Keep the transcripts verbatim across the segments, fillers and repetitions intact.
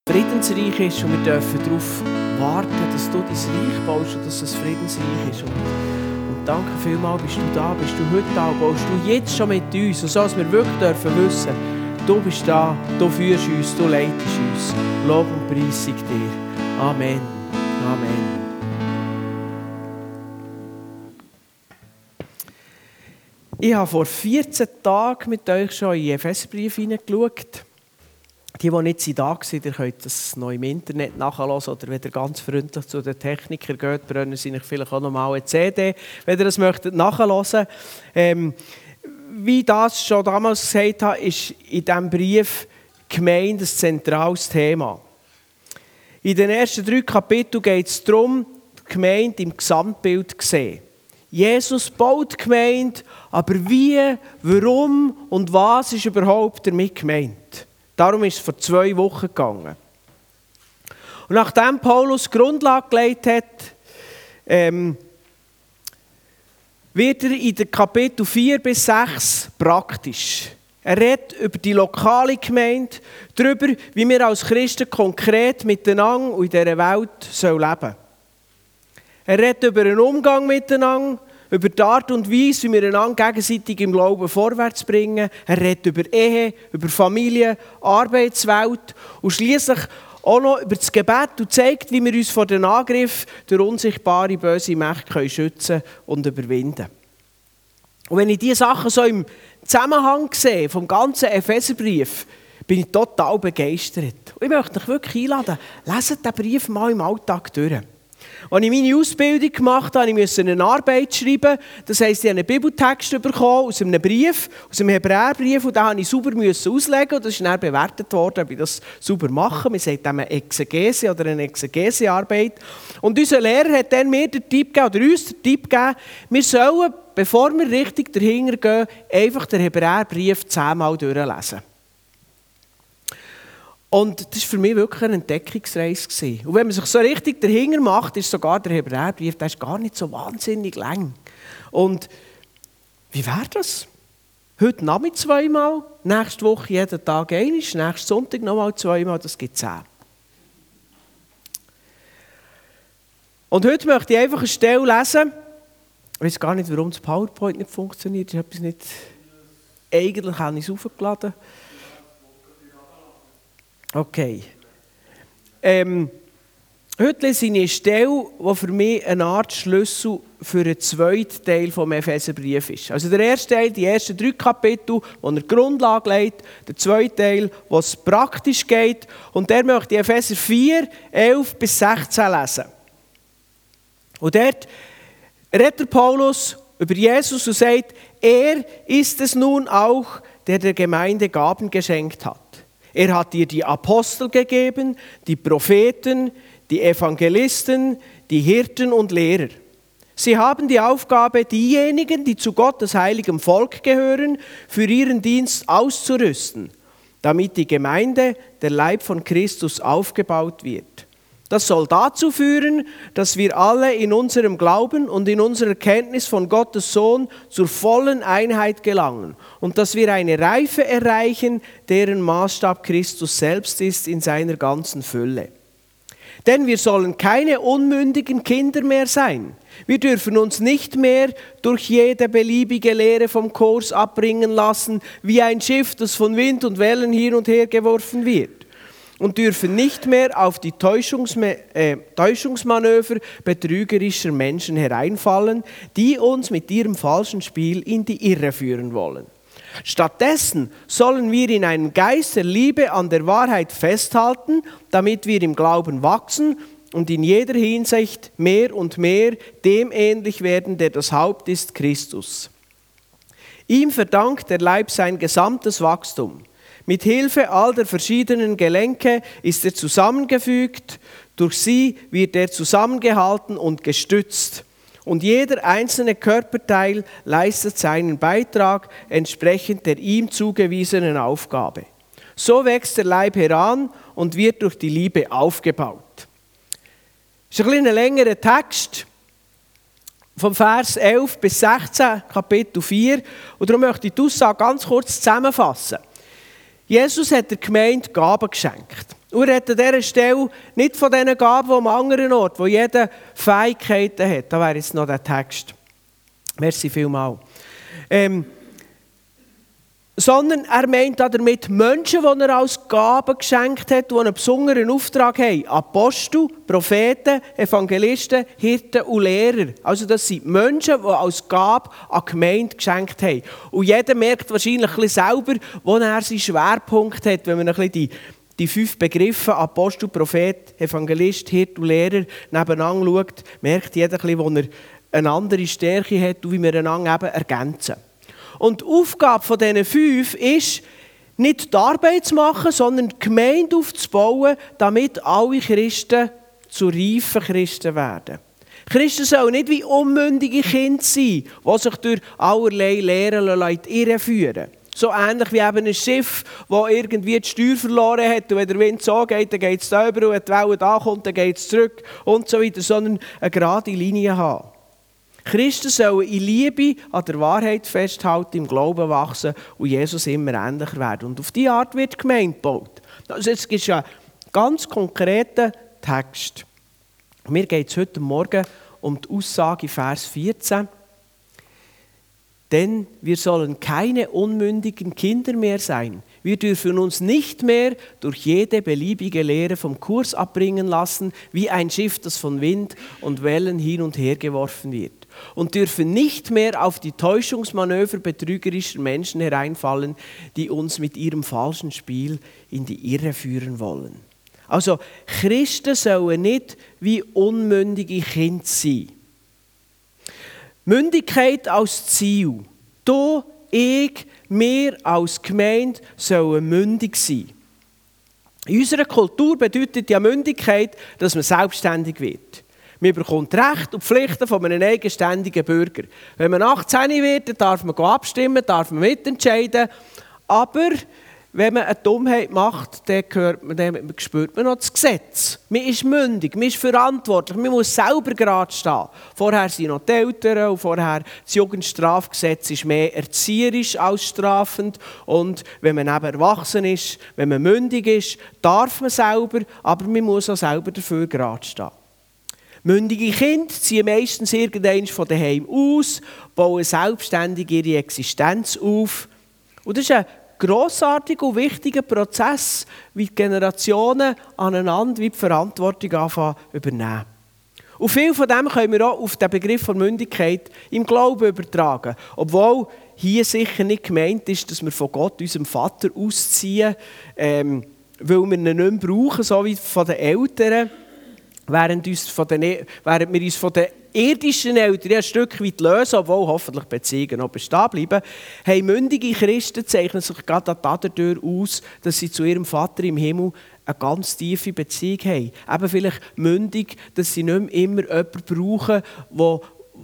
Friedensreich ist und wir dürfen darauf warten, dass du dein Reich baust und dass es Friedensreich ist. Und, und danke vielmals, bist du da, bist du heute da, baust du jetzt schon mit uns, und so dass wir wirklich dürfen wissen, du bist da, du führst uns, du leitest uns. Lob und Preisung dir. Amen. Amen. Ich habe vor vierzehn Tagen mit euch schon in den Epheserbrief hineingeschaut. Die, die nicht da waren, ihr könnt das noch im Internet nachhören oder wenn ihr ganz freundlich zu den Technikern geht, brennen sie euch vielleicht auch noch mal eine C D, wenn ihr das möchtet nachhören. Ähm, wie ich das schon damals gesagt habe, ist in diesem Brief Gemeinde ein zentrales Thema. In den ersten drei Kapiteln geht es darum, die Gemeinde im Gesamtbild zu sehen. Jesus baut die Gemeinde, aber wie, warum und was ist überhaupt damit gemeint? Darum ist es vor zwei Wochen gegangen. Und nachdem Paulus die Grundlage gelegt hat, ähm, wird er in den Kapitel vier bis sechs praktisch. Er redet über die lokale Gemeinde, darüber, wie wir als Christen konkret miteinander und in dieser Welt leben sollen. Er redet über einen Umgang miteinander, über die Art und Weise, wie wir einander gegenseitig im Glauben vorwärts bringen. Er redet über Ehe, über Familie, Arbeitswelt und schliesslich auch noch über das Gebet und zeigt, wie wir uns vor den Angriffen durch unsichtbare, böse Mächte schützen und überwinden können. Und wenn ich diese Sachen so im Zusammenhang sehe, vom ganzen Epheserbrief, bin ich total begeistert. Und ich möchte euch wirklich einladen, leset den Brief mal im Alltag durch. Als ich meine Ausbildung gemacht habe, musste ich eine Arbeit schreiben. Das heisst, ich habe einen Bibeltext bekommen aus einem Brief, aus einem Hebräerbrief, und den musste ich sauber auslegen. Und das ist dann bewertet worden, ob ich das sauber mache. Wir sagen dem eine Exegese oder eine Exegesearbeit. Und unser Lehrer hat dann mir den Tipp gegeben, oder uns den Tipp gegeben, wir sollen, bevor wir richtig dahinter gehen, einfach den Hebräerbrief zehnmal durchlesen. Und das war für mich wirklich eine Entdeckungsreise. Und wenn man sich so richtig dahinter macht, ist sogar der Hebräerbrief, der ist gar nicht so wahnsinnig lang. Und wie wäre das? Heute Nachmittag zweimal, nächste Woche jeden Tag einmal, nächsten Sonntag nochmal zweimal, das gibt zehn. Und heute möchte ich einfach eine Stelle lesen. Ich weiß gar nicht, warum das PowerPoint nicht funktioniert. Ich habe es nicht... Eigentlich habe ich es aufgeladen. Okay. Ähm, heute lese ich eine Stelle, die für mich eine Art Schlüssel für den zweiten Teil des Epheserbriefs ist. Also der erste Teil, die ersten drei Kapitel, wo er die Grundlage legt, der zweite Teil, wo es praktisch geht. Und der möchte ich Epheser vier, elf bis sechzehn lesen. Und dort redet Paulus über Jesus und sagt, er ist es nun auch, der der Gemeinde Gaben geschenkt hat. Er hat dir die Apostel gegeben, die Propheten, die Evangelisten, die Hirten und Lehrer. Sie haben die Aufgabe, diejenigen, die zu Gottes heiligem Volk gehören, für ihren Dienst auszurüsten, damit die Gemeinde, der Leib von Christus, aufgebaut wird. Das soll dazu führen, dass wir alle in unserem Glauben und in unserer Kenntnis von Gottes Sohn zur vollen Einheit gelangen und dass wir eine Reife erreichen, deren Maßstab Christus selbst ist in seiner ganzen Fülle. Denn wir sollen keine unmündigen Kinder mehr sein. Wir dürfen uns nicht mehr durch jede beliebige Lehre vom Kurs abbringen lassen, wie ein Schiff, das von Wind und Wellen hin und her geworfen wird. Und dürfen nicht mehr auf die Täuschungsma- äh, Täuschungsmanöver betrügerischer Menschen hereinfallen, die uns mit ihrem falschen Spiel in die Irre führen wollen. Stattdessen sollen wir in einem Geist der Liebe an der Wahrheit festhalten, damit wir im Glauben wachsen und in jeder Hinsicht mehr und mehr dem ähnlich werden, der das Haupt ist, Christus. Ihm verdankt der Leib sein gesamtes Wachstum. Mit Hilfe all der verschiedenen Gelenke ist er zusammengefügt, durch sie wird er zusammengehalten und gestützt. Und jeder einzelne Körperteil leistet seinen Beitrag entsprechend der ihm zugewiesenen Aufgabe. So wächst der Leib heran und wird durch die Liebe aufgebaut. Das ist ein bisschen längerer Text, vom Vers elf bis sechzehn, Kapitel vier. Und darum möchte ich die Aussage ganz kurz zusammenfassen. Jesus hat der Gemeinde Gaben geschenkt. Und er redet an dieser Stelle nicht von diesen Gaben am anderen Ort, wo jeder Fähigkeiten hat. Da wäre jetzt noch der Text. Merci vielmals. Ähm, sondern er meint damit Menschen, die er als Gaben geschenkt hat, die einen besonderen Auftrag haben. Apostel, Propheten, Evangelisten, Hirten und Lehrer. Also das sind Menschen, die als Gabe an die Gemeinde geschenkt haben. Und jeder merkt wahrscheinlich ein bisschen selber, wo er seinen Schwerpunkt hat, wenn man ein bisschen die, die fünf Begriffe, Apostel, Prophet, Evangelist, Hirt und Lehrer, nebeneinander schaut, merkt jeder ein bisschen, wo er eine andere Stärke hat und wie wir einander eben ergänzen. Und die Aufgabe von diesen fünf ist, nicht die Arbeit zu machen, sondern die Gemeinde aufzubauen, damit alle Christen zu reifen Christen werden. Christen sollen nicht wie unmündige Kinder sein, die sich durch allerlei Lehren irreführen lassen. So ähnlich wie eben ein Schiff, das irgendwie die Steuer verloren hat. Und wenn der Wind so geht, dann geht es da über. Und wenn die Welle da kommt, dann geht es zurück. Und so weiter. Sondern eine gerade Linie haben. Christen sollen in Liebe an der Wahrheit festhalten, im Glauben wachsen und Jesus immer ähnlicher werden. Und auf diese Art wird die Gemeinde gebaut. Also jetzt gibt es ja einen ganz konkreten Text. Mir geht es heute Morgen um die Aussage in Vers vierzehn. Denn wir sollen keine unmündigen Kinder mehr sein. Wir dürfen uns nicht mehr durch jede beliebige Lehre vom Kurs abbringen lassen, wie ein Schiff, das von Wind und Wellen hin und her geworfen wird. Und dürfen nicht mehr auf die Täuschungsmanöver betrügerischer Menschen hereinfallen, die uns mit ihrem falschen Spiel in die Irre führen wollen. Also Christen sollen nicht wie unmündige Kinder sein. Mündigkeit als Ziel. Du, ich, wir als Gemeinde sollen mündig sein. In unserer Kultur bedeutet ja Mündigkeit, dass man selbstständig wird. Man bekommt Rechte und Pflichten von einem eigenständigen Bürger. Wenn man achtzehn wird, dann darf man abstimmen, darf man mitentscheiden. Aber wenn man eine Dummheit macht, dann, hört man, dann spürt man noch das Gesetz. Man ist mündig, man ist verantwortlich, man muss selber gerade stehen. Vorher sind noch die Eltern und vorher das Jugendstrafgesetz ist mehr erzieherisch als strafend. Und wenn man eben erwachsen ist, wenn man mündig ist, darf man selber, aber man muss auch selber dafür gerade stehen. Mündige Kinder ziehen meistens irgendwann von daheim aus, bauen selbstständig ihre Existenz auf. Und das ist ein grossartiger und wichtiger Prozess, wie die Generationen aneinander wie die Verantwortung anfangen übernehmen. Und viel von dem können wir auch auf den Begriff von Mündigkeit im Glauben übertragen. Obwohl hier sicher nicht gemeint ist, dass wir von Gott, unserem Vater, ausziehen, ähm, weil wir ihn nicht mehr brauchen, so wie von den Eltern. Während, uns von den, während wir uns von den irdischen Eltern ein Stück weit lösen, obwohl hoffentlich Beziehungen noch bestehen bleiben, haben mündige Christen zeichnen sich gerade dadurch aus, dass sie zu ihrem Vater im Himmel eine ganz tiefe Beziehung haben. Eben vielleicht mündig, dass sie nicht mehr immer jemanden brauchen, der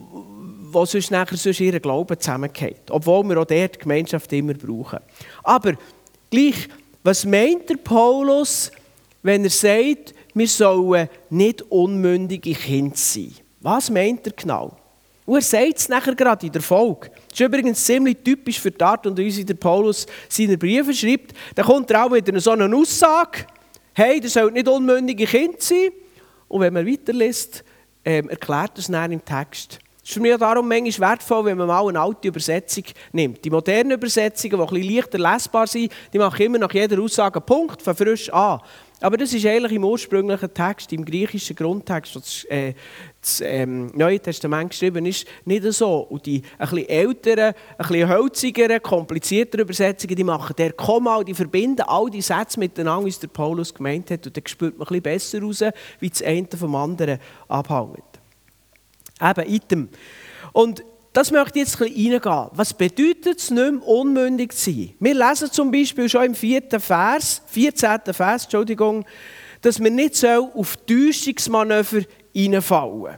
wo sonst nachher sonst ihren Glauben zusammengeht. Obwohl wir auch dort die Gemeinschaft immer brauchen. Aber gleich, was meint der Paulus, wenn er sagt, wir sollen nicht unmündige Kinder sein? Was meint er genau? Und er sagt es nachher gerade in der Folge. Das ist übrigens ziemlich typisch für die Art und Weise, wie der Paulus seine Briefe schreibt. Dann kommt er auch mit einer so einer Aussage, hey, ihr sollt nicht unmündige Kinder sein. Und wenn man weiterliest, ähm, erklärt er es dann im Text. Es ist für mich auch darum manchmal wertvoll, wenn man mal eine alte Übersetzung nimmt. Die modernen Übersetzungen, die ein bisschen leichter lesbar sind, die machen immer nach jeder Aussage einen Punkt, von frisch an. Aber das ist eigentlich im ursprünglichen Text, im griechischen Grundtext, das, äh, das ähm, Neue Testament geschrieben ist, nicht so. Und die ein bisschen älteren, ein bisschen hölzigeren, komplizierteren Übersetzungen, die machen der Komma, die verbinden all die Sätze miteinander, wie es der Paulus gemeint hat. Und dann spürt man ein bisschen besser raus, wie das eine vom anderen abhängt. Eben, Item. Und das möchte ich jetzt ein bisschen reingehen. Was bedeutet es, nicht mehr unmündig zu sein? Wir lesen zum Beispiel schon im vierten Vers, vierzehnten Vers, Entschuldigung, dass wir nicht auf Täuschungsmanöver reinfallen.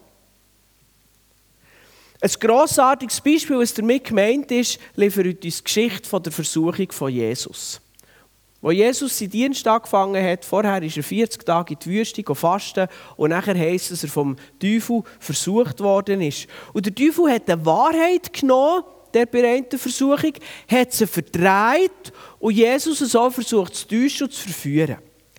Ein grossartiges Beispiel, was damit gemeint ist, liefert uns die Geschichte von der Versuchung von Jesus. Als Jesus seinen Dienst angefangen hat, vorher ist er vierzig Tage in die Wüste fasten und nachher heisst es, dass er vom Teufel versucht worden ist. Und der Teufel hat die Wahrheit genommen, der bereiten Versuchung, hat sie verdreht und Jesus so versucht zu täuschen und zu verführen.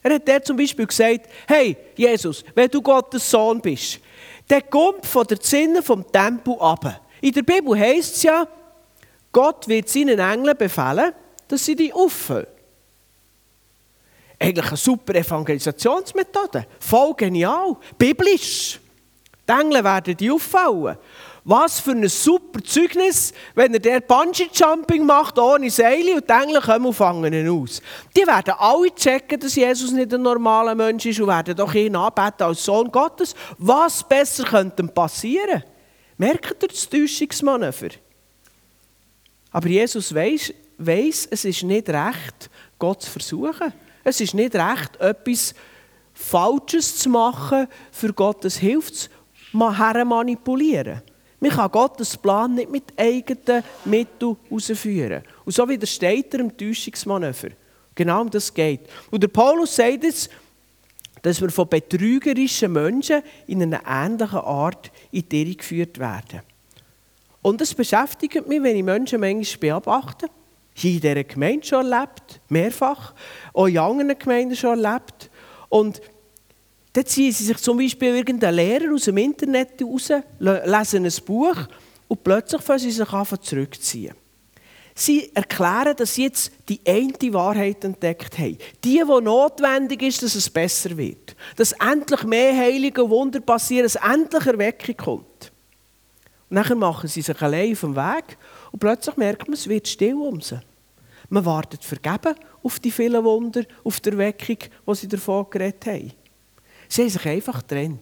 Er hat der zum Beispiel gesagt, hey Jesus, wenn du Gottes Sohn bist, dann komm von der Zinne vom Tempel runter. In der Bibel heisst es ja, Gott wird seinen Engeln befehlen, dass sie dich auffüllen. Eigentlich eine super Evangelisationsmethode. Voll genial. Biblisch. Die Engel werden dich auffallen. Was für ein super Zeugnis, wenn er der Bungee-Jumping macht ohne Seile und die Engel kommen und fangen ihn aus. Die werden alle checken, dass Jesus nicht ein normaler Mensch ist und werden doch ihn anbeten als Sohn Gottes. Was besser könnte passieren? Merkt ihr das Täuschungsmanöver? Aber Jesus weiss, weiss, es ist nicht recht, Gott zu versuchen. Es ist nicht recht, etwas Falsches zu machen, für Gottes Hilfe zu manipulieren. Man kann Gottes Plan nicht mit eigenen Mitteln herausführen. Und so widersteht er dem Täuschungsmanöver. Genau um das geht. Und der Paulus sagt jetzt, dass wir von betrügerischen Menschen in einer ähnlichen Art in die Irre geführt werden. Und das beschäftigt mich, wenn ich Menschen manchmal beobachte. Hier in dieser Gemeinde schon erlebt, mehrfach, auch in anderen Gemeinden schon erlebt. Und dann ziehen sie sich zum Beispiel irgendeinen Lehrer aus dem Internet raus, lesen ein Buch und plötzlich fangen sie sich an zurückzuziehen. Sie erklären, dass sie jetzt die eine Wahrheit entdeckt haben. Die, die notwendig ist, dass es besser wird. Dass endlich mehr heilige Wunder passieren, dass endlich Erweckung kommt. Und dann machen sie sich allein auf den Weg und plötzlich merkt man, es wird still um sie. Man wartet vergeben auf die vielen Wunder, auf die Erweckung, die sie davon geredet haben. Sie haben sich einfach getrennt.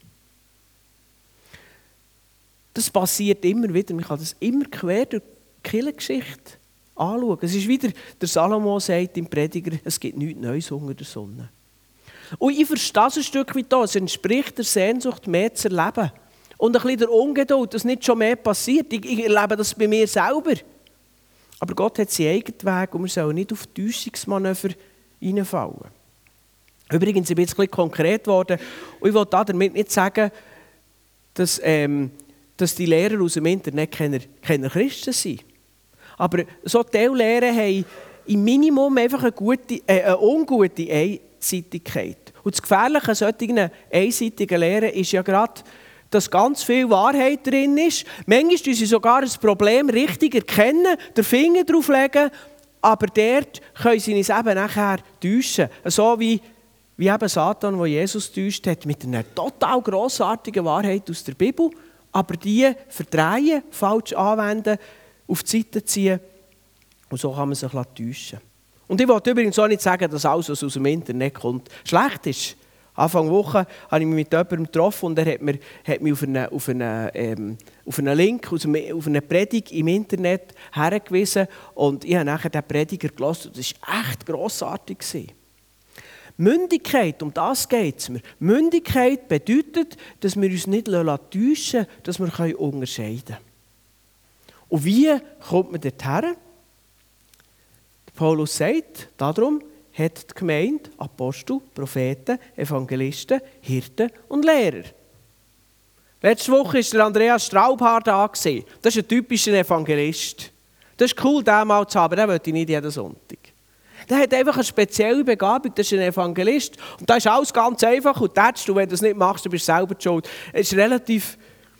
Das passiert immer wieder. Man kann das immer quer durch die Kirchengeschichte anschauen. Es ist wieder, der Salomo sagt im Prediger, es gibt nichts Neues unter der Sonne. Und ich verstehe es ein Stück weit da. Es entspricht der Sehnsucht, mehr zu erleben. Und ein bisschen der Ungeduld, dass nicht schon mehr passiert. Ich, ich erlebe das bei mir selber. Aber Gott hat seinen eigenen Weg und wir sollen nicht auf Täuschungsmanöver reinfallen. Übrigens, ich bin jetzt ein bisschen konkret geworden und ich will damit nicht sagen, dass, ähm, dass die Lehrer aus dem Internet keine, keine Christen sind. Aber so Teillehren haben im Minimum einfach eine, gute, äh, eine ungute Einseitigkeit. Und das Gefährliche an solchen einseitigen Lehren ist ja gerade, dass ganz viel Wahrheit drin ist. Manchmal müssen sie sogar ein Problem richtig erkennen, den Finger drauf legen, aber dort können sie uns eben nachher täuschen. So wie Wie eben Satan, der Jesus täuscht hat, mit einer total grossartigen Wahrheit aus der Bibel, aber die verdrehen, falsch anwenden, auf die Seite ziehen und so kann man sich täuschen. Und ich wollte übrigens auch nicht sagen, dass alles, was aus dem Internet kommt, schlecht ist. Anfang Woche habe ich mich mit jemandem getroffen und er hat mich, hat mich auf, einen, auf, einen, ähm, auf einen Link, aus einem, auf eine Predigt im Internet hergewiesen und ich habe nachher den Prediger gehört und das war echt grossartig. Mündigkeit, um das geht es mir. Mündigkeit bedeutet, dass wir uns nicht täuschen lassen, dass wir unterscheiden können. Und wie kommt man dorthin? Paulus sagt, darum hat die Gemeinde Apostel, Propheten, Evangelisten, Hirten und Lehrer. Letzte Woche war der Andreas Straubhaar da. Das ist ein typischer Evangelist. Das ist cool, den mal zu haben, den will ich nicht jeden Sonntag. Der hat einfach eine spezielle Begabung, das ist ein Evangelist. Und da ist alles ganz einfach und tätschst du, wenn du das nicht machst, du bist selber schuld. Es ist relativ...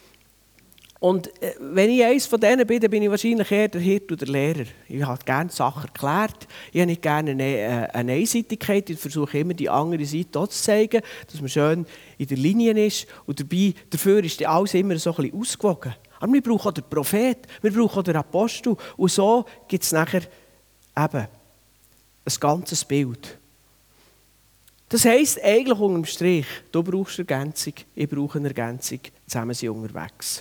Und wenn ich eines von denen bin, dann bin ich wahrscheinlich eher der Hirt oder der Lehrer. Ich habe gerne Sachen erklärt, ich habe nicht gerne eine, eine Einseitigkeit, ich versuche immer die andere Seite auch zu zeigen, dass man schön in der Linie ist. Und dabei, dafür ist alles immer so ein bisschen ausgewogen. Aber wir brauchen auch den Prophet, wir brauchen auch den Apostel. Und so gibt es nachher eben ein ganzes Bild. Das heisst eigentlich unter dem Strich, du brauchst Ergänzung, ich brauche eine Ergänzung, zusammen sind wir unterwegs.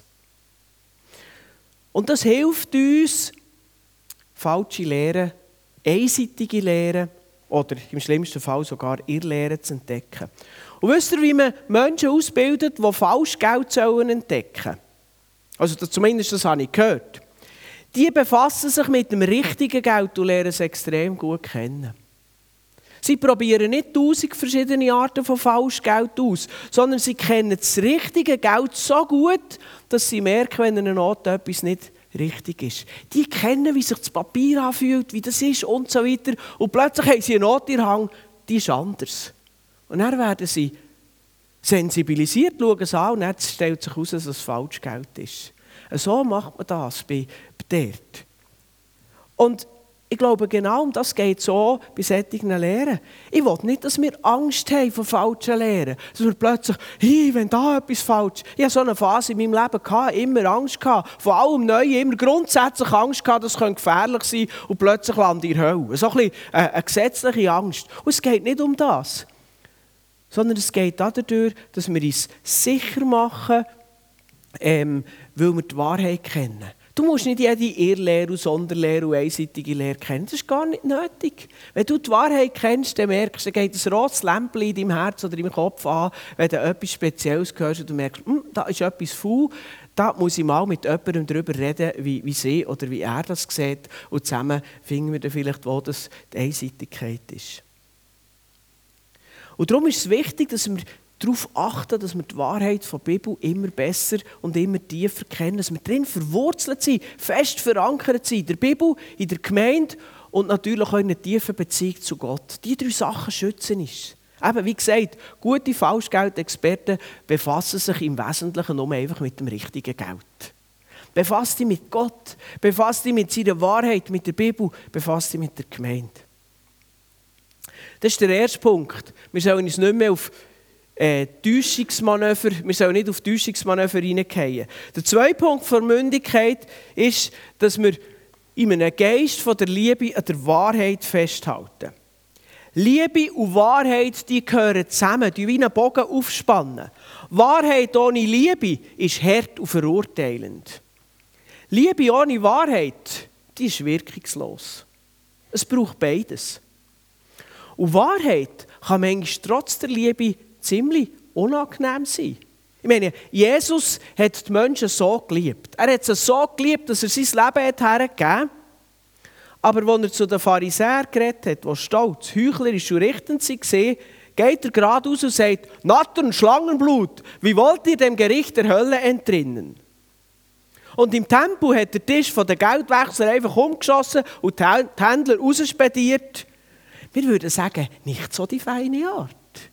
Und das hilft uns, falsche Lehren, einseitige Lehren oder im schlimmsten Fall sogar Irrlehren zu entdecken. Und wisst ihr, wie man Menschen ausbildet, die falsch Geld sollen entdecken? Also zumindest das habe ich gehört. Die befassen sich mit dem richtigen Geld und lernen es extrem gut kennen. Sie probieren nicht tausend verschiedene Arten von Falschgeld aus, sondern sie kennen das richtige Geld so gut, dass sie merken, wenn in einer Not etwas nicht richtig ist. Die kennen, wie sich das Papier anfühlt, wie das ist und so weiter. Und plötzlich haben sie einen Not in der Hand, die ist anders. Und dann werden sie sensibilisiert, schauen es an und dann stellt sich heraus, dass es Falschgeld ist. So macht man das bei, bei dort. Und ich glaube, genau um das geht es auch bei solchen Lehren. Ich will nicht, dass wir Angst haben vor falschen Lehren. Dass wir plötzlich, hey, wenn da etwas falsch ist. Ich hatte so eine Phase in meinem Leben, gehabt, immer Angst gehabt. Vor allem Neuen, immer grundsätzlich Angst gehabt, das könnte gefährlich sein und plötzlich lande ich in der Hölle. So ein bisschen eine, eine gesetzliche Angst. Und es geht nicht um das. Sondern es geht dadurch, dass wir uns sicher machen, ähm, weil wir die Wahrheit kennen. Du musst nicht jede Irrlehre und Sonderlehre und einseitige Lehre kennen. Das ist gar nicht nötig. Wenn du die Wahrheit kennst, dann merkst du, dann geht ein rotes Lämpchen in deinem Herz oder im Kopf an, wenn du etwas Spezielles hörst und du merkst, da ist etwas faul, da muss ich mal mit jemandem darüber reden, wie, wie sie oder wie er das sieht. Und zusammen finden wir dann vielleicht, wo das die Einseitigkeit ist. Und darum ist es wichtig, dass wir darauf achten, dass wir die Wahrheit von der Bibel immer besser und immer tiefer kennen, dass wir drin verwurzelt sind, fest verankert sind, in der Bibel, in der Gemeinde und natürlich auch in einer tiefen Beziehung zu Gott. Die drei Sachen schützen uns. Eben, wie gesagt, gute Falschgeldexperten befassen sich im Wesentlichen nur einfach mit dem richtigen Geld. Befass dich mit Gott, befass dich mit seiner Wahrheit, mit der Bibel, befass dich mit der Gemeinde. Das ist der erste Punkt. Wir sollen uns nicht mehr auf äh, Täuschungsmanöver, wir sollen nicht auf Täuschungsmanöver reingehen. Der zweite Punkt der Mündigkeit ist, dass wir in einem Geist von der Liebe an der Wahrheit festhalten. Liebe und Wahrheit, die gehören zusammen, die wie einen Bogen aufspannen. Wahrheit ohne Liebe ist hart und verurteilend. Liebe ohne Wahrheit, die ist wirkungslos. Es braucht beides. Und Wahrheit kann manchmal trotz der Liebe ziemlich unangenehm sein. Ich meine, Jesus hat die Menschen so geliebt. Er hat sie so geliebt, dass er sein Leben hat hergegeben hat. Aber als er zu den Pharisäern geredet hat, die stolz, heuchlerisch und richtend waren, geht er geradeaus und sagt, Natter- und Schlangenblut, wie wollt ihr dem Gericht der Hölle entrinnen? Und im Tempel hat der Tisch von den Geldwechslern einfach umgeschossen und die Händler rausspediert. Wir würden sagen, nicht so die feine Art.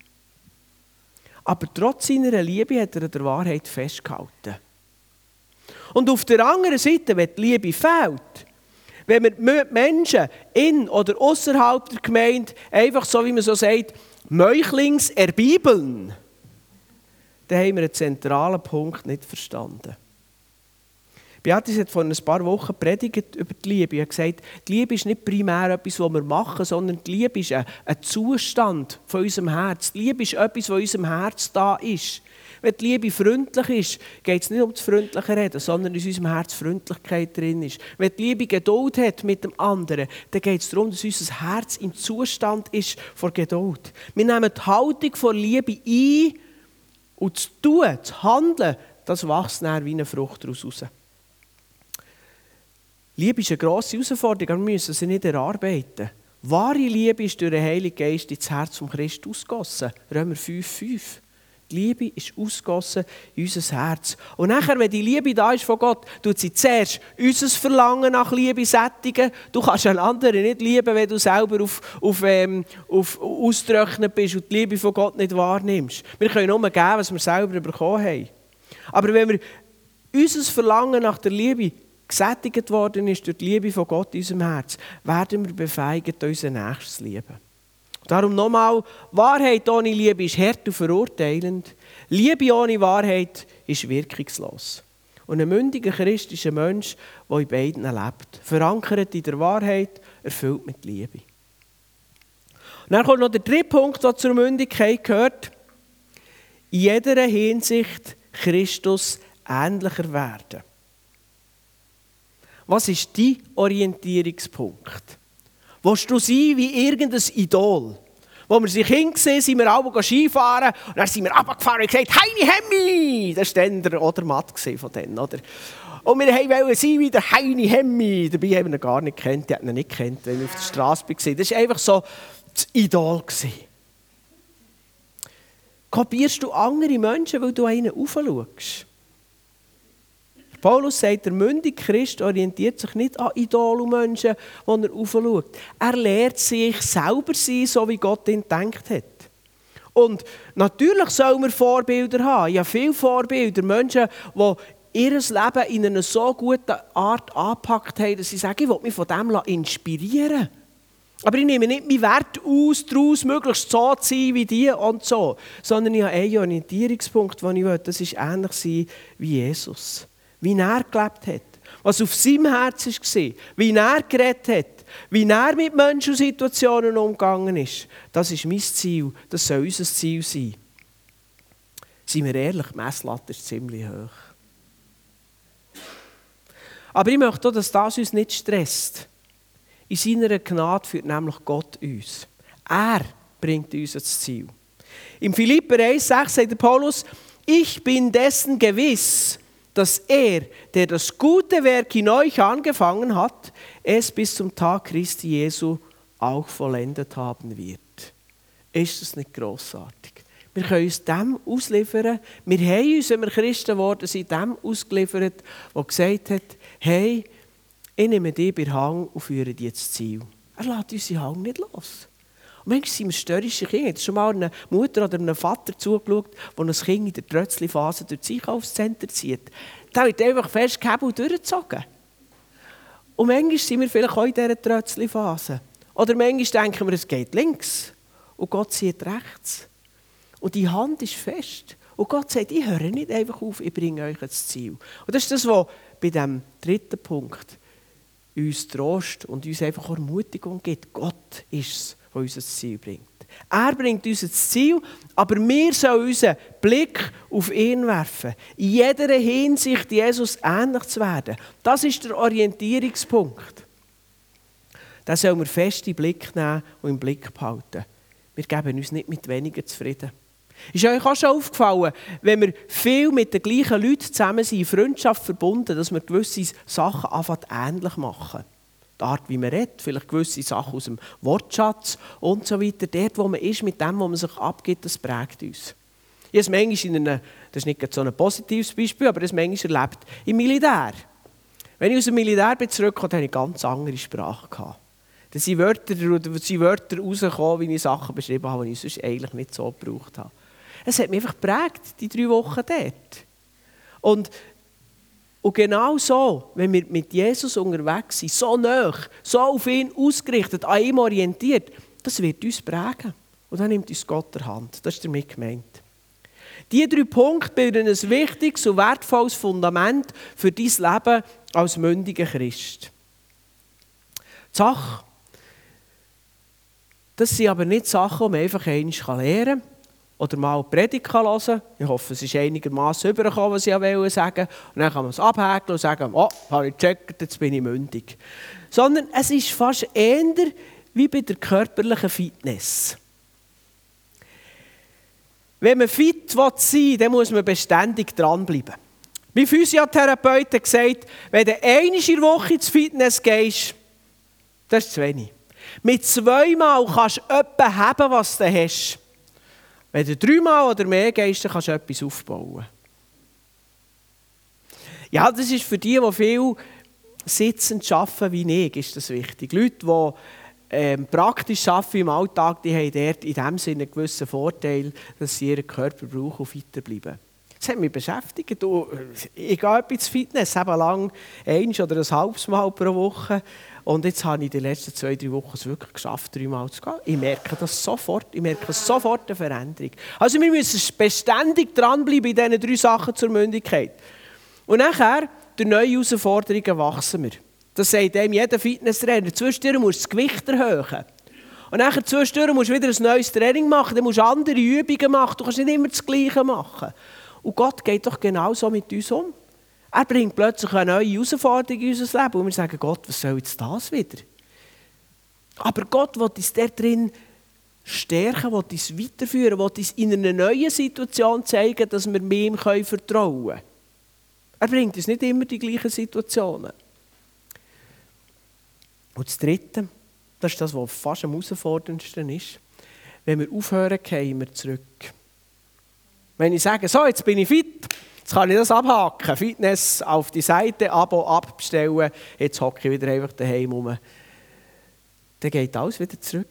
Aber trotz seiner Liebe hat er an der Wahrheit festgehalten. Und auf der anderen Seite, wenn die Liebe fehlt, wenn wir Menschen in oder außerhalb der Gemeinde einfach, so wie man so sagt, Meuchlings erbibeln, dann haben wir einen zentralen Punkt nicht verstanden. Beatrice hat vor ein paar Wochen predigt über die Liebe. Er hat gesagt, die Liebe ist nicht primär etwas, was wir machen, sondern die Liebe ist ein, ein Zustand von unserem Herz. Die Liebe ist etwas, was in unserem Herz da ist. Wenn die Liebe freundlich ist, geht es nicht um das freundliche Reden, sondern in unserem Herz Freundlichkeit drin ist. Wenn die Liebe Geduld hat mit dem anderen, dann geht es darum, dass unser Herz im Zustand ist von Geduld. Wir nehmen die Haltung von Liebe ein und das Tun, das Handeln, das wächst dann wie eine Frucht daraus raus. Liebe ist eine grosse Herausforderung, aber wir müssen sie nicht erarbeiten. Wahre Liebe ist durch den Heiligen Geist ins Herz von Christus ausgegossen. Römer fünf fünf. Die Liebe ist ausgegossen in unser Herz. Und nachher, wenn die Liebe da ist von Gott, tut sie zuerst unser Verlangen nach Liebe sättigen. Du kannst einen anderen nicht lieben, wenn du selber auf, auf, ähm, auf ausgetrocknet bist und die Liebe von Gott nicht wahrnimmst. Wir können nur geben, was wir selber bekommen haben. Aber wenn wir unser Verlangen nach der Liebe gesättigt worden ist durch die Liebe von Gott in unserem Herz, werden wir befähigt, unser Nächstes zu lieben. Darum nochmal, Wahrheit ohne Liebe ist hart und verurteilend. Liebe ohne Wahrheit ist wirkungslos. Und ein mündiger Christ ist ein Mensch, der in beiden lebt. Verankert in der Wahrheit, erfüllt mit Liebe. Und dann kommt noch der dritte Punkt, der zur Mündigkeit gehört. In jeder Hinsicht Christus ähnlicher werden. Was ist dein Orientierungspunkt? Willst du sein wie irgendein Idol? Wo wir sich hingesehen sind, wir alle Skifahren und dann sind wir runtergefahren und gesagt, Heini Hemmi! Das war dann der Odermatt von denen, oder? Und wir wollten sein wie der Heini Hemmi. Dabei haben wir ihn gar nicht gekannt, die hatten ihn nicht gekannt, wenn wir auf der Straße waren. Das war einfach so das Idol. Kopierst du andere Menschen, weil du einen aufschaust? Paulus sagt, der mündige Christ orientiert sich nicht an Idolen und Menschen, die er aufschaut. Er lehrt sich selber sein, so wie Gott ihn gedacht hat. Und natürlich soll man Vorbilder haben. Ich habe viele Vorbilder, Menschen, die ihr Leben in einer so guten Art angepackt haben, dass sie sagen, ich will mich von dem inspirieren. Aber ich nehme nicht meinen Wert aus, daraus möglichst so zu sein wie die und so. Sondern ich habe einen Orientierungspunkt, den ich will. Das ist ähnlich sein wie Jesus. Wie er gelebt hat. Was auf seinem Herz war. Wie er geredet hat. Wie er mit Menschen und Situationen umgegangen ist. Das ist mein Ziel. Das soll unser Ziel sein. Seien wir ehrlich, die Messlatte ist ziemlich hoch. Aber ich möchte auch, dass das uns nicht stresst. In seiner Gnade führt nämlich Gott uns. Er bringt uns ans Ziel. Im Philipper eins sechs sagt der Paulus, ich bin dessen gewiss, dass er, der das gute Werk in euch angefangen hat, es bis zum Tag Christi Jesu auch vollendet haben wird. Ist das nicht grossartig? Wir können uns dem ausliefern. Wir haben uns, wenn wir Christen geworden sind, dem ausgeliefert, der gesagt hat, hey, ich nehme dich bei Hang und führe dich ins Ziel. Er lässt unseren Hang nicht los. Und manchmal sind wir störrische Kinder. Hast du schon mal eine Mutter oder einen Vater zugeschaut, der ein Kind in der Trötzli-Phase durch das Einkaufszentrum zieht? Da wird einfach fest Kabel durchgezogen. Und manchmal sind wir vielleicht auch in dieser Trötzli-Phase. Oder manchmal denken wir, es geht links und Gott zieht rechts. Und die Hand ist fest. Und Gott sagt, ich höre nicht einfach auf, ich bringe euch ins Ziel. Und das ist das, was bei diesem dritten Punkt uns Trost und uns einfach Ermutigung gibt. Gott ist es, der uns ins Ziel bringt. Er bringt uns ins Ziel, aber wir sollen unseren Blick auf ihn werfen. In jeder Hinsicht Jesus ähnlich zu werden. Das ist der Orientierungspunkt. Da sollen wir fest in den Blick nehmen und im Blick behalten. Wir geben uns nicht mit weniger zufrieden. Ist euch auch schon aufgefallen, wenn wir viel mit den gleichen Leuten zusammen sind, in Freundschaft verbunden, dass wir gewisse Sachen einfach ähnlich machen? Die Art, wie man redet, vielleicht gewisse Sachen aus dem Wortschatz und so weiter. Dort, wo man ist, mit dem, wo man sich abgibt, das prägt uns. Ich habe es manchmal in einer, das ist nicht so ein positives Beispiel, aber das manchmal erlebt im Militär. Wenn ich aus dem Militär bin zurückgekommen, hatte ich eine ganz andere Sprache gehabt. Da sind Wörter, sind Wörter rausgekommen, wie ich Sachen beschrieben habe, die ich sonst eigentlich nicht so gebraucht habe. Es hat mich einfach geprägt, die drei Wochen dort. Und, und genau so, wenn wir mit Jesus unterwegs sind, so nah, so auf ihn ausgerichtet, an ihm orientiert, das wird uns prägen. Und dann nimmt uns Gott der Hand. Das ist damit gemeint. Diese drei Punkte bilden ein wichtiges und wertvolles Fundament für dein Leben als mündiger Christ. Die Sache, das sind aber nicht Sachen, die man einfach einmal lernen kann. Oder mal eine Predigt hören kann. Ich hoffe, es ist einigermaßen übergekommen, was ich sagen wollte. Und dann kann man es abhäkeln und sagen, oh, habe ich gecheckt, jetzt bin ich mündig. Sondern es ist fast eher wie bei der körperlichen Fitness. Wenn man fit sein will, dann muss man beständig dranbleiben. Mein Physiotherapeut hat gesagt, wenn du einmal in der Woche ins Fitness gehst, das ist zu wenig. Mit zweimal kannst du etwas haben, was du hast. Wenn du dreimal oder mehr gehst, dann kannst du etwas aufbauen. Ja, das ist für die, die viel sitzend arbeiten wie ich, ist das wichtig. Leute, die ähm, praktisch arbeiten im Alltag, die haben dort in dem Sinne einen gewissen Vorteil, dass sie ihren Körper brauchen und fitter bleiben. Das hat mich beschäftigt. Ich gehe ins Fitness, eben lang, eins oder ein halbes Mal pro Woche. Und jetzt habe ich die letzten zwei, drei Wochen es wirklich geschafft, dreimal zu gehen. Ich merke das sofort. Ich merke sofort eine Veränderung. Also wir müssen beständig dranbleiben in diesen drei Sachen zur Mündigkeit. Und nachher, durch neue Herausforderungen wachsen wir. Das sagt einem jeder Fitnesstrainer. Zwischendurch musst du das Gewicht erhöhen. Und nachher zwischendurch musst du wieder ein neues Training machen. Dann musst du andere Übungen machen. Du kannst nicht immer das Gleiche machen. Und Gott geht doch genau so mit uns um. Er bringt plötzlich eine neue Herausforderung in unser Leben und wir sagen, Gott, was soll jetzt das wieder? Aber Gott will uns da drin stärken, will uns weiterführen, will uns in einer neuen Situation zeigen, dass wir ihm vertrauen können. Er bringt uns nicht immer die gleichen Situationen. Und das Dritte, das ist das, was fast am herausforderndsten ist, wenn wir aufhören, gehen wir zurück. Wenn ich sage, so, jetzt bin ich fit, jetzt kann ich das abhaken. Fitness auf die Seite, Abo abbestellen. Jetzt hocke ich wieder einfach daheim rum. Dann geht alles wieder zurück.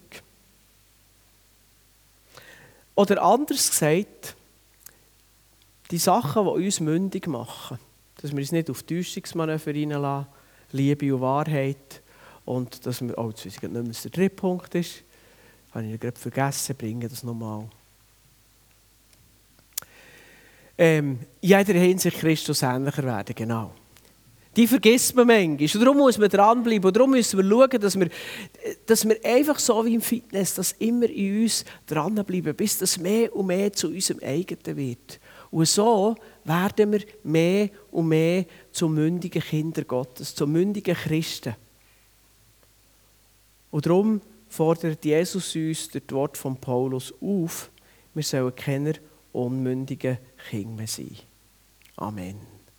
Oder anders gesagt, die Sachen, die uns mündig machen, dass wir uns nicht auf Täuschungsmanöver reinlassen, Liebe und Wahrheit, und dass wir, oh, jetzt weiß ich nicht mehr, was der dritte Punkt ist, habe ich gerade vergessen, bringe das nochmal. Ähm, in jeder Hinsicht Christus ähnlicher werden, genau. Die vergisst man manchmal. Und darum muss man dranbleiben. Und darum müssen wir schauen, dass wir, dass wir einfach so wie im Fitness, dass immer in uns dranbleiben, bis das mehr und mehr zu unserem eigenen wird. Und so werden wir mehr und mehr zu mündigen Kindern Gottes, zu mündigen Christen. Und darum fordert Jesus uns durch das Wort von Paulus auf, wir sollen keine unmündigen Kinder mehr sein. Amen.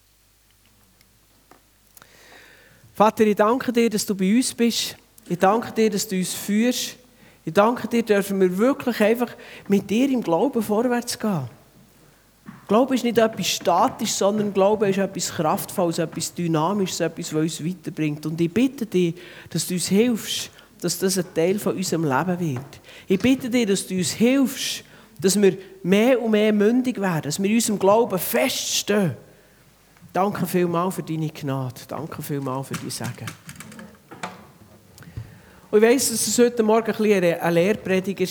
Vater, ich danke dir, dass du bei uns bist. Ich danke dir, dass du uns führst. Ich danke dir, dürfen wir wirklich einfach mit dir im Glauben vorwärts gehen. Glaube ist nicht etwas Statisches, sondern Glaube ist etwas Kraftvolles, etwas Dynamisches, etwas, was uns weiterbringt. Und ich bitte dich, dass du uns hilfst, dass das ein Teil von unserem Leben wird. Ich bitte dich, dass du uns hilfst, dass wir mehr und mehr mündig werden, dass wir in unserem Glauben feststehen. Danke vielmals für deine Gnade. Danke vielmals für dein Segen. Und ich weiss, dass es heute Morgen ein bisschen eine Lehrpredigt ist.